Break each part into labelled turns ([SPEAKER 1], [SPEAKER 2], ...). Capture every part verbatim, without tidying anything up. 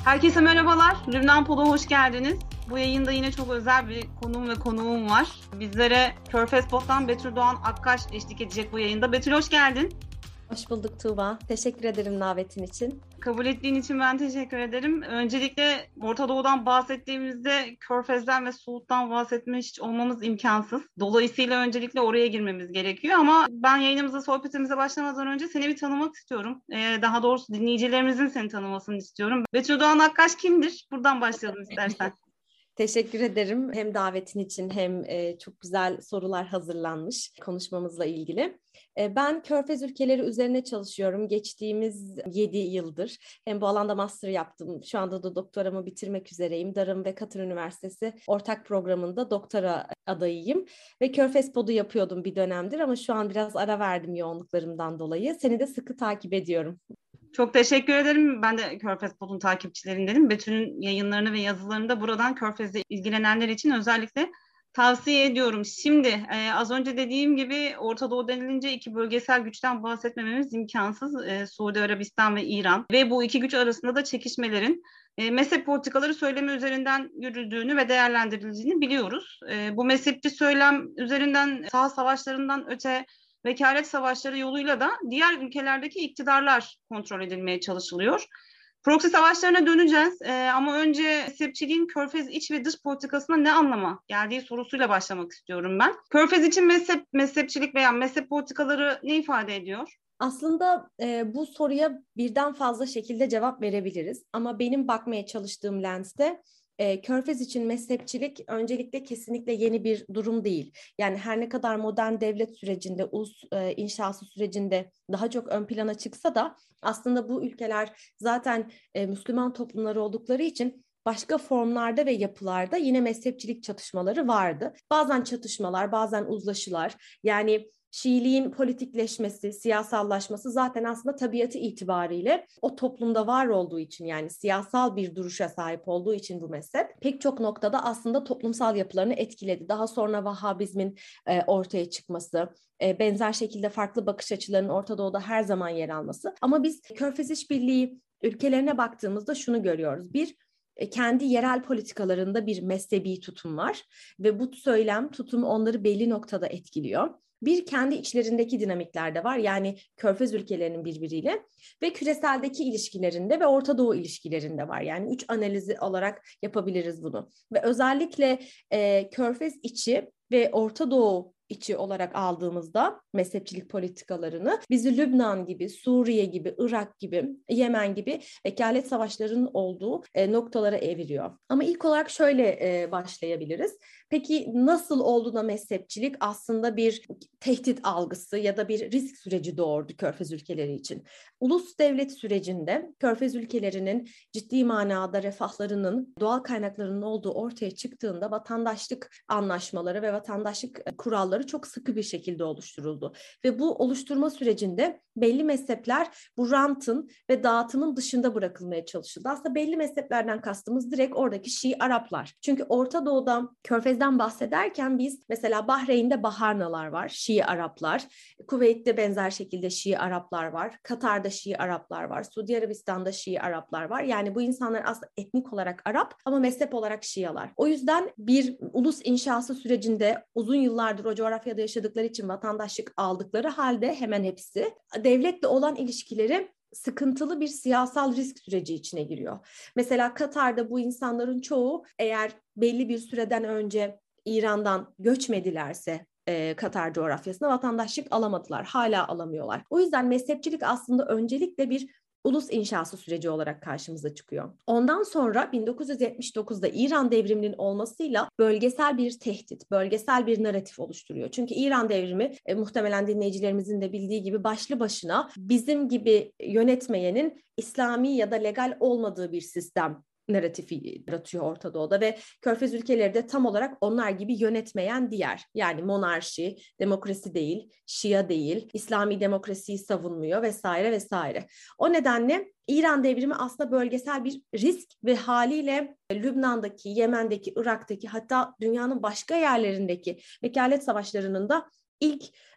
[SPEAKER 1] Herkese merhabalar. Lübnan Pod'a hoş geldiniz. Bu yayında yine çok özel bir konuğum ve konuğum var. Bizlere Körfez Pod'dan Betül Doğan Akkaş eşlik edecek bu yayında. Betül hoş geldin.
[SPEAKER 2] Hoş bulduk Tuğba. Teşekkür ederim davetin için.
[SPEAKER 1] Kabul ettiğin için ben teşekkür ederim. Öncelikle Orta Doğu'dan bahsettiğimizde Körfez'den ve Suud'dan bahsetmiş hiç olmamız imkansız. Dolayısıyla öncelikle oraya girmemiz gerekiyor ama ben yayınımıza, sohbetimize başlamadan önce seni bir tanımak istiyorum. Ee, daha doğrusu dinleyicilerimizin seni tanımasını istiyorum. Betül Doğan Akkaş kimdir? Buradan başlayalım istersen.
[SPEAKER 2] Teşekkür ederim hem davetin için hem e, çok güzel sorular hazırlanmış konuşmamızla ilgili. E, ben Körfez ülkeleri üzerine çalışıyorum. Geçtiğimiz yedi yıldır hem bu alanda master yaptım. Şu anda da doktoramı bitirmek üzereyim. Darım ve Katar Üniversitesi ortak programında doktora adayıyım. Ve Körfez Pod'u yapıyordum bir dönemdir ama şu an biraz ara verdim yoğunluklarımdan dolayı. Seni de sıkı takip ediyorum.
[SPEAKER 1] Çok teşekkür ederim. Ben de Körfez Pod'un takipçilerindenim. Betül'ün yayınlarını ve yazılarını da buradan Körfez'le ilgilenenler için özellikle tavsiye ediyorum. Şimdi e, az önce dediğim gibi Orta Doğu denilince iki bölgesel güçten bahsetmememiz imkansız. E, Suudi Arabistan ve İran ve bu iki güç arasında da çekişmelerin e, mezhep politikaları söylemi üzerinden yürüdüğünü ve değerlendirildiğini biliyoruz. E, bu mezhepçi söylem üzerinden saha savaşlarından öte vekalet savaşları yoluyla da diğer ülkelerdeki iktidarlar kontrol edilmeye çalışılıyor. Proxy savaşlarına döneceğiz ee, ama önce mezhepçiliğin Körfez iç ve dış politikasına ne anlama geldiği sorusuyla başlamak istiyorum ben. Körfez için mezhep, mezhepçilik veya mezhep politikaları ne ifade ediyor?
[SPEAKER 2] Aslında e, bu soruya birden fazla şekilde cevap verebiliriz. Ama benim bakmaya çalıştığım lenste e, Körfez için mezhepçilik öncelikle kesinlikle yeni bir durum değil. Yani her ne kadar modern devlet sürecinde, ulus e, inşası sürecinde daha çok ön plana çıksa da aslında bu ülkeler zaten e, Müslüman toplumları oldukları için başka formlarda ve yapılarda yine mezhepçilik çatışmaları vardı. Bazen çatışmalar, bazen uzlaşılar. Yani Şiiliğin politikleşmesi, siyasallaşması zaten aslında tabiatı itibariyle o toplumda var olduğu için, yani siyasal bir duruşa sahip olduğu için bu mezhep pek çok noktada aslında toplumsal yapılarını etkiledi. Daha sonra Vahhabizmin e, ortaya çıkması, e, benzer şekilde farklı bakış açılarının Orta Doğu'da her zaman yer alması. Ama biz Körfez İşbirliği ülkelerine baktığımızda şunu görüyoruz. Bir, kendi yerel politikalarında bir mezhebi tutum var ve bu söylem, tutum onları belli noktada etkiliyor. Bir, kendi içlerindeki dinamikler de var. Yani Körfez ülkelerinin birbiriyle ve küreseldeki ilişkilerinde ve Orta Doğu ilişkilerinde var. Yani üç analizi olarak yapabiliriz bunu. Ve özellikle e, Körfez içi ve Orta Doğu içi olarak aldığımızda mezhepçilik politikalarını bizi Lübnan gibi, Suriye gibi, Irak gibi, Yemen gibi vekalet savaşlarının olduğu e, noktalara eviriyor. Ama ilk olarak şöyle e, başlayabiliriz. Peki nasıl oldu da mezhepçilik aslında bir tehdit algısı ya da bir risk süreci doğurdu Körfez ülkeleri için? Ulus devlet sürecinde Körfez ülkelerinin ciddi manada refahlarının, doğal kaynaklarının olduğu ortaya çıktığında vatandaşlık anlaşmaları ve vatandaşlık kuralları çok sıkı bir şekilde oluşturuldu. Ve bu oluşturma sürecinde belli mezhepler bu rantın ve dağıtımın dışında bırakılmaya çalışıldı. Aslında belli mezheplerden kastımız direkt oradaki Şii Araplar. Çünkü Orta Doğu'da Körfez'den bahsederken biz mesela Bahreyn'de Baharnalar var, Şii Araplar. Kuveyt'te benzer şekilde Şii Araplar var. Katar'da Şii Araplar var. Suudi Arabistan'da Şii Araplar var. Yani bu insanlar aslında etnik olarak Arap ama mezhep olarak Şialar. O yüzden bir ulus inşası sürecinde uzun yıllardır o coğrafyada yaşadıkları için vatandaşlık aldıkları halde hemen hepsi devletle olan ilişkileri sıkıntılı bir siyasal risk süreci içine giriyor. Mesela Katar'da bu insanların çoğu eğer belli bir süreden önce İran'dan göçmedilerse e, Katar coğrafyasına vatandaşlık alamadılar. Hala alamıyorlar. O yüzden mezhepçilik aslında öncelikle bir ulus inşası süreci olarak karşımıza çıkıyor. Ondan sonra bin dokuz yüz yetmiş dokuzda İran devriminin olmasıyla bölgesel bir tehdit, bölgesel bir naratif oluşturuyor. Çünkü İran devrimi e, muhtemelen dinleyicilerimizin de bildiği gibi başlı başına bizim gibi yönetmeyenin İslami ya da legal olmadığı bir sistem narratifi yaratıyor Orta Doğu'da ve Körfez ülkeleri de tam olarak onlar gibi yönetmeyen diğer, yani monarşi, demokrasi değil, Şia değil, İslami demokrasiyi savunmuyor vesaire vesaire. O nedenle İran devrimi aslında bölgesel bir risk ve haliyle Lübnan'daki, Yemen'deki, Irak'taki, hatta dünyanın başka yerlerindeki vekalet savaşlarının da ilk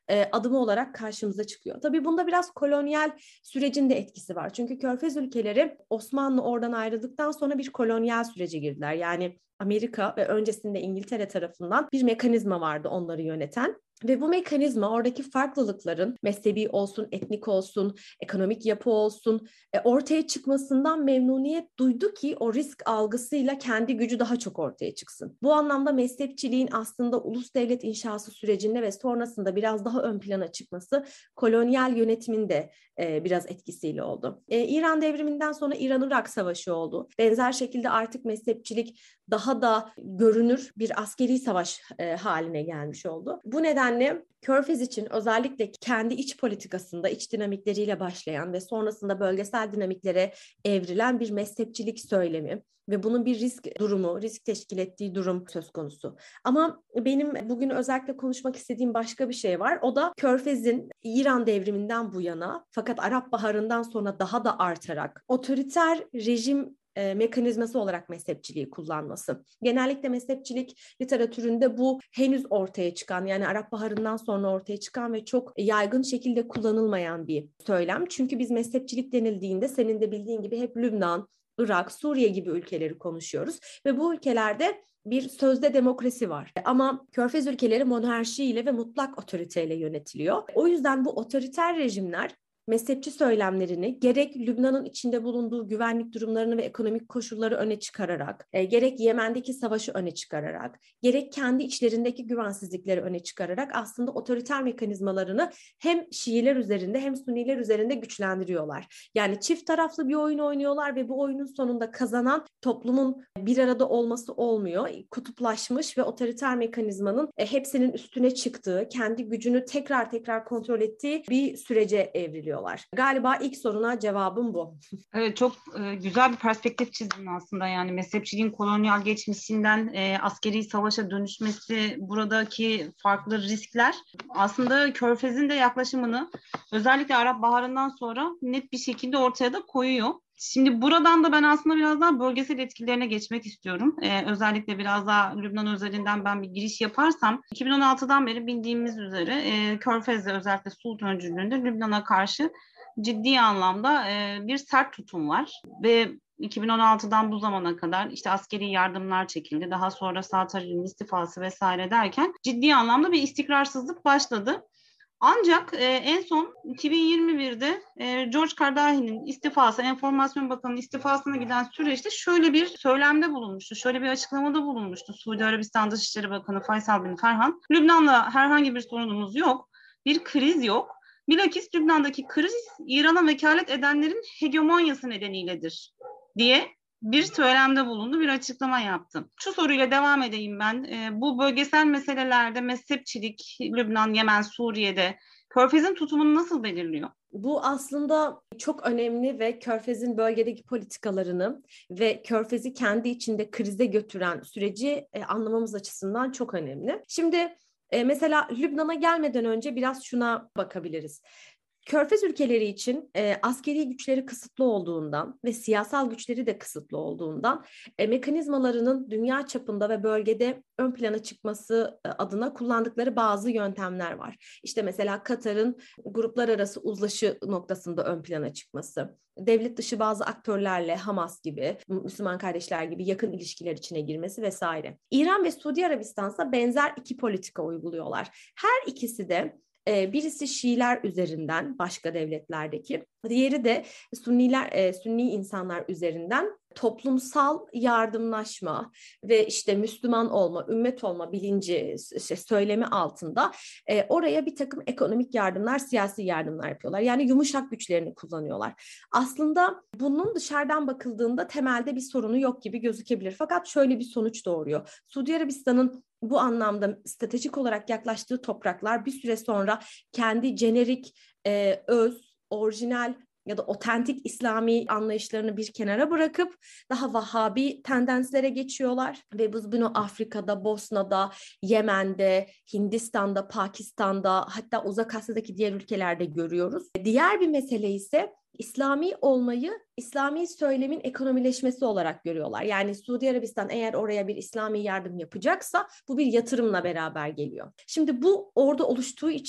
[SPEAKER 2] e, adımı olarak karşımıza çıkıyor. Tabii bunda biraz kolonyal sürecin de etkisi var. Çünkü Körfez ülkeleri Osmanlı oradan ayrıldıktan sonra bir kolonyal sürece girdiler. Yani Amerika ve öncesinde İngiltere tarafından bir mekanizma vardı onları yöneten. Ve bu mekanizma oradaki farklılıkların mezhebi olsun, etnik olsun, ekonomik yapı olsun e, ortaya çıkmasından memnuniyet duydu ki o risk algısıyla kendi gücü daha çok ortaya çıksın. Bu anlamda mezhepçiliğin aslında ulus devlet inşası sürecinde ve sonrasında biraz daha ön plana çıkması kolonyal yönetimin de e, biraz etkisiyle oldu. E, İran devriminden sonra İran-Irak savaşı oldu. Benzer şekilde artık mezhepçilik daha da görünür bir askeri savaş e, haline gelmiş oldu. Bu nedenle Körfez için özellikle kendi iç politikasında iç dinamikleriyle başlayan ve sonrasında bölgesel dinamiklere evrilen bir mezhepçilik söylemi ve bunun bir risk durumu, risk teşkil ettiği durum söz konusu. Ama benim bugün özellikle konuşmak istediğim başka bir şey var. O da Körfez'in İran devriminden bu yana fakat Arap Baharı'ndan sonra daha da artarak otoriter rejim E, mekanizması olarak mezhepçiliği kullanması. Genellikle mezhepçilik literatüründe bu henüz ortaya çıkan, yani Arap Baharı'ndan sonra ortaya çıkan ve çok yaygın şekilde kullanılmayan bir söylem. Çünkü biz mezhepçilik denildiğinde senin de bildiğin gibi hep Lübnan, Irak, Suriye gibi ülkeleri konuşuyoruz ve bu ülkelerde bir sözde demokrasi var. Ama Körfez ülkeleri monarşiyle ve mutlak otoriteyle yönetiliyor. O yüzden bu otoriter rejimler mezhepçi söylemlerini gerek Lübnan'ın içinde bulunduğu güvenlik durumlarını ve ekonomik koşulları öne çıkararak, e, gerek Yemen'deki savaşı öne çıkararak, gerek kendi içlerindeki güvensizlikleri öne çıkararak aslında otoriter mekanizmalarını hem Şiiler üzerinde hem Sünniler üzerinde güçlendiriyorlar. Yani çift taraflı bir oyun oynuyorlar ve bu oyunun sonunda kazanan toplumun bir arada olması olmuyor. Kutuplaşmış ve otoriter mekanizmanın e, hepsinin üstüne çıktığı, kendi gücünü tekrar tekrar kontrol ettiği bir sürece evriliyor. Galiba ilk soruna cevabım bu.
[SPEAKER 1] Evet, çok e, güzel bir perspektif çizdin aslında. Yani mezhepçiliğin kolonyal geçmişinden e, askeri savaşa dönüşmesi, buradaki farklı riskler aslında Körfez'in de yaklaşımını özellikle Arap Baharı'ndan sonra net bir şekilde ortaya da koyuyor. Şimdi buradan da ben aslında biraz daha bölgesel etkilerine geçmek istiyorum. Ee, özellikle biraz daha Lübnan özelinden ben bir giriş yaparsam, iki bin on altıdan beri bildiğimiz üzere e, Körfez'de özellikle Suud öncülüğünde Lübnan'a karşı ciddi anlamda e, bir sert tutum var ve iki bin on altıdan bu zamana kadar işte askeri yardımlar çekildi. Daha sonra Saad Hariri'nin istifası vesaire derken ciddi anlamda bir istikrarsızlık başladı. Ancak e, en son iki bin yirmi birde e, George Kardahi'nin istifası, Enformasyon Bakanı'nın istifasına giden süreçte şöyle bir söylemde bulunmuştu, şöyle bir açıklamada bulunmuştu Suudi Arabistan Dışişleri Bakanı Faysal bin Ferhan. Lübnan'la herhangi bir sorunumuz yok, bir kriz yok. Bilakis Lübnan'daki kriz İran'a vekalet edenlerin hegemonyası nedeniyledir diye bir söylemde bulundu, bir açıklama yaptı. Şu soruyla devam edeyim ben. E, bu bölgesel meselelerde mezhepçilik, Lübnan, Yemen, Suriye'de Körfez'in tutumunu nasıl belirliyor?
[SPEAKER 2] Bu aslında çok önemli ve Körfez'in bölgedeki politikalarını ve Körfez'i kendi içinde krize götüren süreci e, anlamamız açısından çok önemli. Şimdi e, mesela Lübnan'a gelmeden önce biraz şuna bakabiliriz. Körfez ülkeleri için e, askeri güçleri kısıtlı olduğundan ve siyasal güçleri de kısıtlı olduğundan e, mekanizmalarının dünya çapında ve bölgede ön plana çıkması e, adına kullandıkları bazı yöntemler var. İşte mesela Katar'ın gruplar arası uzlaşı noktasında ön plana çıkması, devlet dışı bazı aktörlerle Hamas gibi, Müslüman kardeşler gibi yakın ilişkiler içine girmesi vesaire. İran ve Suudi Arabistan ise benzer iki politika uyguluyorlar. Her ikisi de birisi Şiiler üzerinden başka devletlerdeki, diğeri de Sünniler, Sünni insanlar üzerinden toplumsal yardımlaşma ve işte Müslüman olma, ümmet olma bilinci işte söylemi altında e, oraya bir takım ekonomik yardımlar, siyasi yardımlar yapıyorlar. Yani yumuşak güçlerini kullanıyorlar. Aslında bunun dışarıdan bakıldığında temelde bir sorunu yok gibi gözükebilir. Fakat şöyle bir sonuç doğuruyor. Suudi Arabistan'ın bu anlamda stratejik olarak yaklaştığı topraklar bir süre sonra kendi jenerik, e, öz, orijinal ya da otentik İslami anlayışlarını bir kenara bırakıp daha Vahabi tendenslere geçiyorlar ve biz bunu Afrika'da, Bosna'da, Yemen'de, Hindistan'da, Pakistan'da, hatta Uzak Asya'daki diğer ülkelerde görüyoruz. Diğer bir mesele ise İslami olmayı İslami söylemin ekonomileşmesi olarak görüyorlar. Yani Suudi Arabistan eğer oraya bir İslami yardım yapacaksa bu bir yatırımla beraber geliyor. Şimdi bu orada oluştuğu için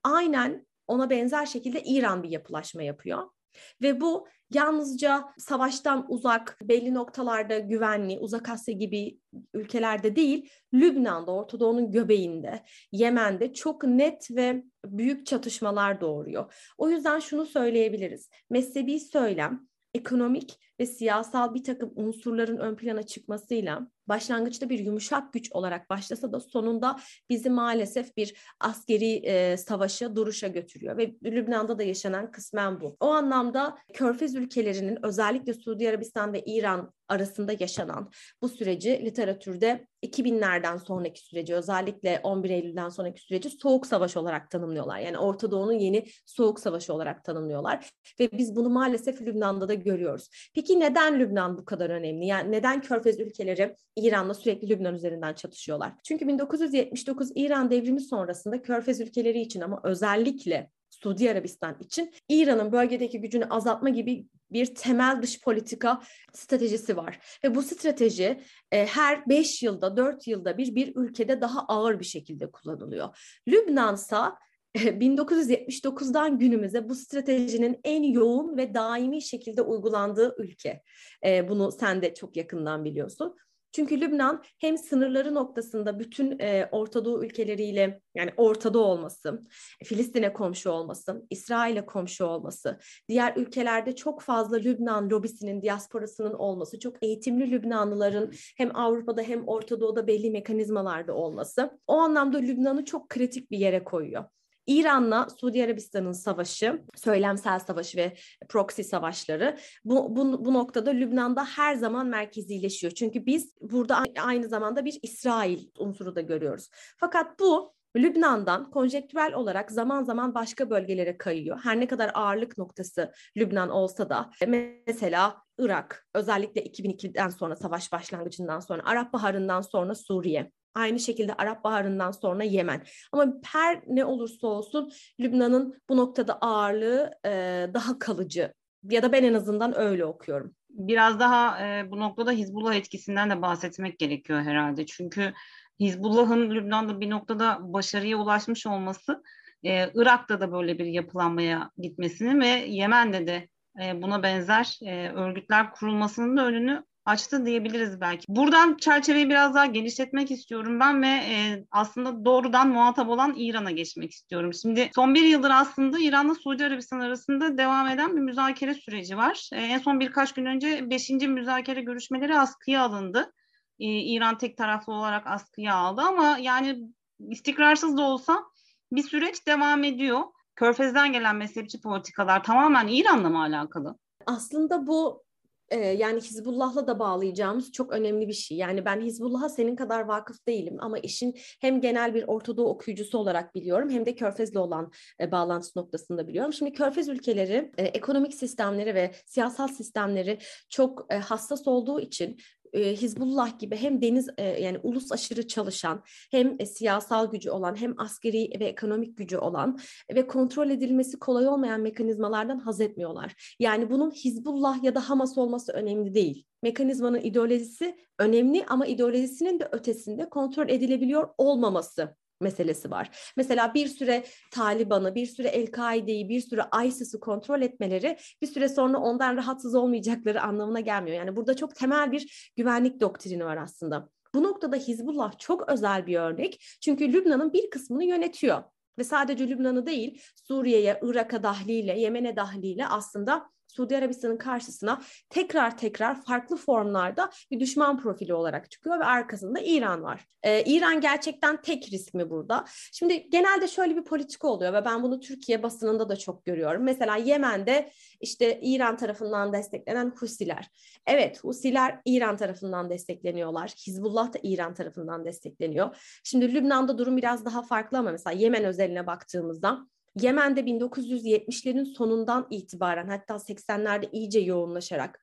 [SPEAKER 2] aynen ona benzer şekilde İran bir yapılaşma yapıyor. Ve bu yalnızca savaştan uzak, belli noktalarda güvenli, Uzak Asya gibi ülkelerde değil, Lübnan'da, Orta Doğu'nun göbeğinde, Yemen'de çok net ve büyük çatışmalar doğuruyor. O yüzden şunu söyleyebiliriz. Mezhebi söylem, ekonomik ve siyasal bir takım unsurların ön plana çıkmasıyla başlangıçta bir yumuşak güç olarak başlasa da sonunda bizi maalesef bir askeri e, savaşa, duruşa götürüyor ve Lübnan'da da yaşanan kısmen bu. O anlamda Körfez ülkelerinin özellikle Suudi Arabistan ve İran arasında yaşanan bu süreci literatürde iki binlerden sonraki süreci, özellikle on bir Eylül'den sonraki süreci Soğuk Savaş olarak tanımlıyorlar. Yani Orta Doğu'nun yeni Soğuk Savaşı olarak tanımlıyorlar ve biz bunu maalesef Lübnan'da da görüyoruz. Peki neden Lübnan bu kadar önemli? Yani neden Körfez ülkeleri İran'la sürekli Lübnan üzerinden çatışıyorlar? Çünkü bin dokuz yüz yetmiş dokuz İran devrimi sonrasında Körfez ülkeleri için ama özellikle Suudi Arabistan için İran'ın bölgedeki gücünü azaltma gibi bir temel dış politika stratejisi var. Ve bu strateji e, her beş yılda, dört yılda bir bir ülkede daha ağır bir şekilde kullanılıyor. Lübnan'sa bin dokuz yüz yetmiş dokuzdan günümüze bu stratejinin en yoğun ve daimi şekilde uygulandığı ülke. E, bunu sen de çok yakından biliyorsun. Çünkü Lübnan hem sınırları noktasında bütün e, Orta Doğu ülkeleriyle, yani Ortada olması, Filistin'e komşu olması, İsrail'e komşu olması, diğer ülkelerde çok fazla Lübnan lobisinin, diasporasının olması, çok eğitimli Lübnanlıların hem Avrupa'da hem Orta Doğu'da belli mekanizmalarda olması o anlamda Lübnan'ı çok kritik bir yere koyuyor. İran'la Suudi Arabistan'ın savaşı, söylemsel savaş ve proxy savaşları bu, bu, bu noktada Lübnan'da her zaman merkezileşiyor. Çünkü biz burada aynı zamanda bir İsrail unsuru da görüyoruz. Fakat bu Lübnan'dan konjektürel olarak zaman zaman başka bölgelere kayıyor. Her ne kadar ağırlık noktası Lübnan olsa da mesela Irak, özellikle iki bin ikiden sonra, savaş başlangıcından sonra, Arap Baharı'ndan sonra Suriye. Aynı şekilde Arap Baharı'ndan sonra Yemen. Ama her ne olursa olsun Lübnan'ın bu noktada ağırlığı e, daha kalıcı. Ya da ben en azından öyle okuyorum.
[SPEAKER 1] Biraz daha e, bu noktada Hizbullah etkisinden de bahsetmek gerekiyor herhalde. Çünkü Hizbullah'ın Lübnan'da bir noktada başarıya ulaşmış olması, e, Irak'ta da böyle bir yapılanmaya gitmesini ve Yemen'de de e, buna benzer e, örgütler kurulmasının da önünü açtı diyebiliriz belki. Buradan çerçeveyi biraz daha genişletmek istiyorum ben ve e, aslında doğrudan muhatap olan İran'a geçmek istiyorum. Şimdi son bir yıldır aslında İran'la Suudi Arabistan arasında devam eden bir müzakere süreci var. E, en son birkaç gün önce beşinci müzakere görüşmeleri askıya alındı. E, İran tek taraflı olarak askıya aldı ama yani istikrarsız da olsa bir süreç devam ediyor. Körfez'den gelen mezhepçi politikalar tamamen İran'la mı alakalı?
[SPEAKER 2] Aslında bu Ee, yani Hizbullah'la da bağlayacağımız çok önemli bir şey. Yani ben Hizbullah'a senin kadar vakıf değilim ama işin hem genel bir Orta Doğu okuyucusu olarak biliyorum hem de Körfez'le olan e, bağlantısı noktasında biliyorum. Şimdi Körfez ülkeleri e, ekonomik sistemleri ve siyasal sistemleri çok e, hassas olduğu için Hizbullah gibi hem deniz yani ulus aşırı çalışan, hem siyasal gücü olan, hem askeri ve ekonomik gücü olan ve kontrol edilmesi kolay olmayan mekanizmalardan haz etmiyorlar. Yani bunun Hizbullah ya da Hamas olması önemli değil. Mekanizmanın ideolojisi önemli ama ideolojisinin de ötesinde kontrol edilebiliyor olmaması meselesi var. Mesela bir süre Taliban'ı, bir süre El-Kaide'yi, bir süre ISIS'i kontrol etmeleri bir süre sonra ondan rahatsız olmayacakları anlamına gelmiyor. Yani burada çok temel bir güvenlik doktrini var aslında. Bu noktada Hizbullah çok özel bir örnek. Çünkü Lübnan'ın bir kısmını yönetiyor. Ve sadece Lübnan'ı değil, Suriye'ye, Irak'a dahliyle, Yemen'e dahliyle aslında Suudi Arabistan'ın karşısına tekrar tekrar farklı formlarda bir düşman profili olarak çıkıyor ve arkasında İran var. Ee, İran gerçekten tek risk mi burada? Şimdi genelde şöyle bir politika oluyor ve ben bunu Türkiye basınında da çok görüyorum. Mesela Yemen'de işte İran tarafından desteklenen Husiler. Evet, Husiler İran tarafından destekleniyorlar. Hizbullah da İran tarafından destekleniyor. Şimdi Lübnan'da durum biraz daha farklı ama mesela Yemen özeline baktığımızda Yemen'de bin dokuz yüz yetmişlerin sonundan itibaren, hatta seksenlerde iyice yoğunlaşarak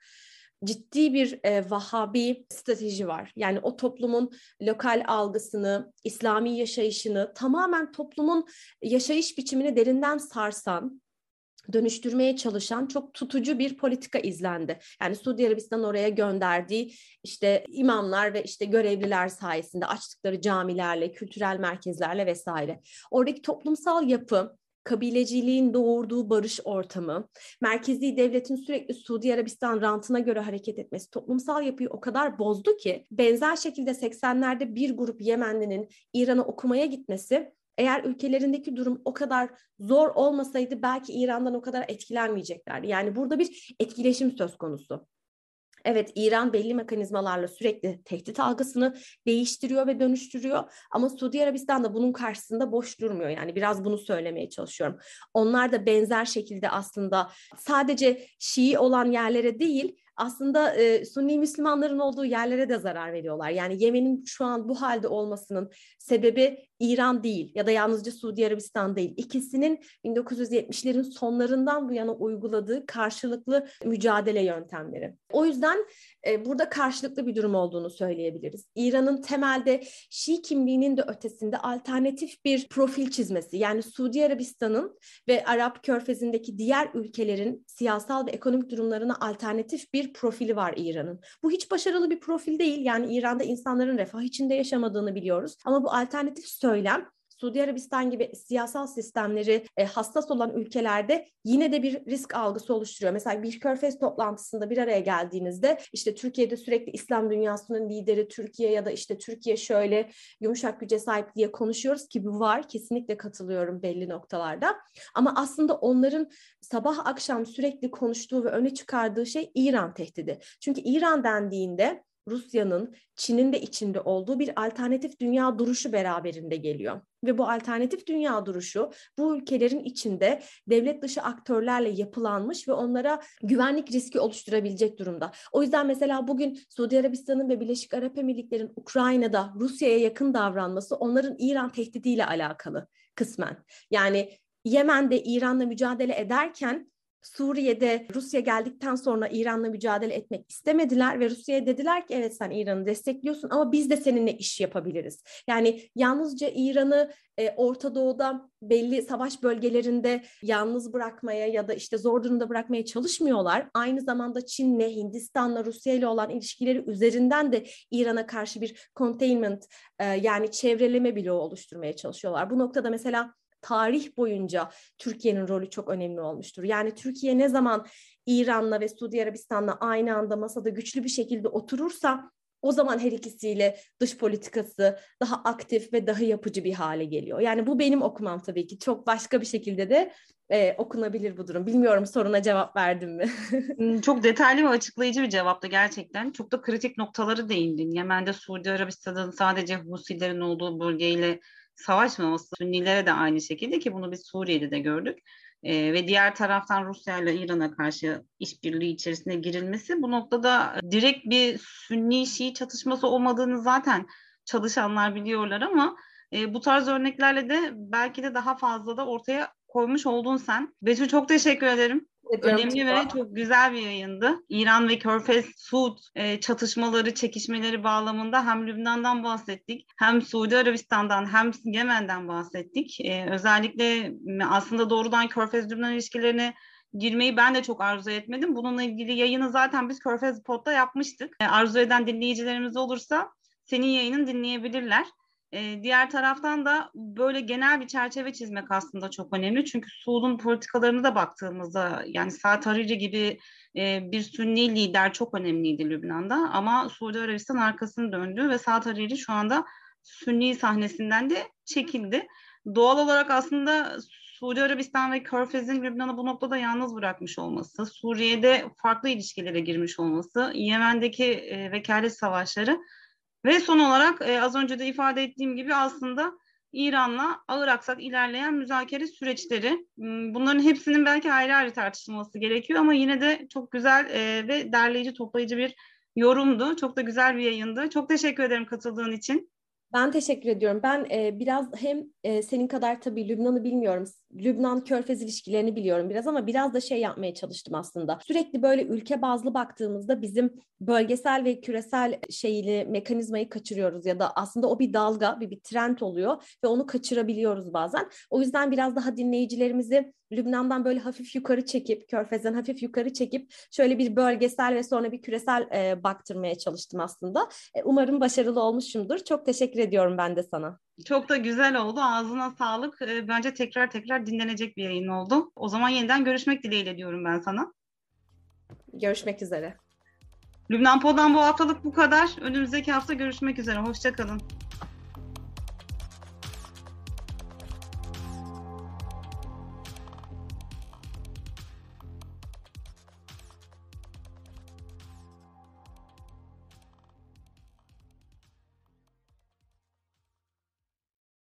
[SPEAKER 2] ciddi bir e, Vahabi strateji var. Yani o toplumun lokal algısını, İslami yaşayışını, tamamen toplumun yaşayış biçimini derinden sarsan, dönüştürmeye çalışan çok tutucu bir politika izlendi. Yani Suudi Arabistan oraya gönderdiği işte imamlar ve işte görevliler sayesinde açtıkları camilerle, kültürel merkezlerle vesaire. Oradaki toplumsal yapı kabileciliğin doğurduğu barış ortamı, merkezi devletin sürekli Suudi Arabistan rantına göre hareket etmesi toplumsal yapıyı o kadar bozdu ki benzer şekilde seksenlerde bir grup Yemenlinin İran'a okumaya gitmesi, eğer ülkelerindeki durum o kadar zor olmasaydı belki İran'dan o kadar etkilenmeyeceklerdi. Yani burada bir etkileşim söz konusu. Evet, İran belli mekanizmalarla sürekli tehdit algısını değiştiriyor ve dönüştürüyor ama Suudi Arabistan da bunun karşısında boş durmuyor. Yani biraz bunu söylemeye çalışıyorum. Onlar da benzer şekilde aslında sadece Şii olan yerlere değil, aslında e, Sunni Müslümanların olduğu yerlere de zarar veriyorlar. Yani Yemen'in şu an bu halde olmasının sebebi İran değil ya da yalnızca Suudi Arabistan değil. İkisinin bin dokuz yüz yetmişlerin sonlarından bu yana uyguladığı karşılıklı mücadele yöntemleri. O yüzden e, burada karşılıklı bir durum olduğunu söyleyebiliriz. İran'ın temelde Şii kimliğinin de ötesinde alternatif bir profil çizmesi, yani Suudi Arabistan'ın ve Arap Körfezi'ndeki diğer ülkelerin siyasal ve ekonomik durumlarına alternatif bir profili var İran'ın. Bu hiç başarılı bir profil değil. Yani İran'da insanların refah içinde yaşamadığını biliyoruz. Ama bu alternatif söylem Suudi Arabistan gibi siyasal sistemleri e, hassas olan ülkelerde yine de bir risk algısı oluşturuyor. Mesela bir Körfez toplantısında bir araya geldiğinizde işte Türkiye'de sürekli İslam dünyasının lideri Türkiye ya da işte Türkiye şöyle yumuşak güce sahip diye konuşuyoruz ki bu var. Kesinlikle katılıyorum belli noktalarda. Ama aslında onların sabah akşam sürekli konuştuğu ve öne çıkardığı şey İran tehdidi. Çünkü İran dendiğinde Rusya'nın, Çin'in de içinde olduğu bir alternatif dünya duruşu beraberinde geliyor. Ve bu alternatif dünya duruşu bu ülkelerin içinde devlet dışı aktörlerle yapılanmış ve onlara güvenlik riski oluşturabilecek durumda. O yüzden mesela bugün Suudi Arabistan'ın ve Birleşik Arap Emirlikleri'nin Ukrayna'da Rusya'ya yakın davranması onların İran tehdidiyle alakalı kısmen. Yani Yemen'de İran'la mücadele ederken Suriye'de Rusya geldikten sonra İran'la mücadele etmek istemediler ve Rusya'ya dediler ki evet sen İran'ı destekliyorsun ama biz de seninle iş yapabiliriz. Yani yalnızca İran'ı e, Orta Doğu'da belli savaş bölgelerinde yalnız bırakmaya ya da işte zor durumda bırakmaya çalışmıyorlar. Aynı zamanda Çin'le, Hindistan'la, Rusya'yla olan ilişkileri üzerinden de İran'a karşı bir containment e, yani çevreleme bloğu oluşturmaya çalışıyorlar. Bu noktada mesela tarih boyunca Türkiye'nin rolü çok önemli olmuştur. Yani Türkiye ne zaman İran'la ve Suudi Arabistan'la aynı anda masada güçlü bir şekilde oturursa o zaman her ikisiyle dış politikası daha aktif ve daha yapıcı bir hale geliyor. Yani bu benim okumam tabii ki. Çok başka bir şekilde de e, okunabilir bu durum. Bilmiyorum soruna cevap verdim mi?
[SPEAKER 1] Çok detaylı ve açıklayıcı bir cevaptı gerçekten. Çok da kritik noktaları değindin. Yemen'de Suudi Arabistan'ın sadece Husilerin olduğu bölgeyle savaşmaması, Sünnilere de aynı şekilde ki bunu biz Suriye'de de gördük. Ee, ve diğer taraftan Rusya ile İran'a karşı işbirliği içerisine girilmesi bu noktada direkt bir Sünni-Şii çatışması olmadığını zaten çalışanlar biliyorlar ama e, bu tarz örneklerle de belki de daha fazla da ortaya koymuş oldun sen. Betül çok teşekkür ederim. Önemli ve çok güzel bir yayındı. İran ve Körfez Suud e, çatışmaları, çekişmeleri bağlamında hem Lübnan'dan bahsettik, hem Suudi Arabistan'dan hem Yemen'den bahsettik. E, özellikle aslında doğrudan Körfez-Lübnan ilişkilerine girmeyi ben de çok arzu etmedim. Bununla ilgili yayını zaten biz Körfez Pod'da yapmıştık. E, arzu eden dinleyicilerimiz olursa senin yayının dinleyebilirler. Ee, diğer taraftan da böyle genel bir çerçeve çizmek aslında çok önemli. Çünkü Suud'un politikalarına da baktığımızda yani Saad Hariri gibi e, bir Sünni lider çok önemliydi Lübnan'da. Ama Suudi Arabistan arkasını döndü ve Saad Hariri şu anda Sünni sahnesinden de çekildi. Doğal olarak aslında Suudi Arabistan ve Körfez'in Lübnan'ı bu noktada yalnız bırakmış olması, Suriye'de farklı ilişkilere girmiş olması, Yemen'deki e, vekalet savaşları ve son olarak e, az önce de ifade ettiğim gibi aslında İran'la ağır aksak ilerleyen müzakere süreçleri. Bunların hepsinin belki ayrı ayrı tartışılması gerekiyor ama yine de çok güzel e, ve derleyici, toplayıcı bir yorumdu. Çok da güzel bir yayındı. Çok teşekkür ederim katıldığın için.
[SPEAKER 2] Ben teşekkür ediyorum. Ben e, biraz hem e, senin kadar tabii Lübnan'ı bilmiyorum. Lübnan-Körfez ilişkilerini biliyorum biraz ama biraz da şey yapmaya çalıştım aslında. Sürekli böyle ülke bazlı baktığımızda bizim bölgesel ve küresel şeyli mekanizmayı kaçırıyoruz ya da aslında o bir dalga, bir, bir trend oluyor ve onu kaçırabiliyoruz bazen. O yüzden biraz daha dinleyicilerimizi Lübnan'dan böyle hafif yukarı çekip, Körfez'den hafif yukarı çekip şöyle bir bölgesel ve sonra bir küresel e, baktırmaya çalıştım aslında. E, umarım başarılı olmuşumdur. Çok teşekkür ediyorum ben de sana.
[SPEAKER 1] Çok da güzel oldu. Ağzına sağlık. Ee, Bence tekrar tekrar dinlenecek bir yayın oldu. O zaman yeniden görüşmek dileğiyle diyorum ben sana.
[SPEAKER 2] Görüşmek üzere.
[SPEAKER 1] Lübnan Pod'dan bu haftalık bu kadar. Önümüzdeki hafta görüşmek üzere. Hoşça kalın.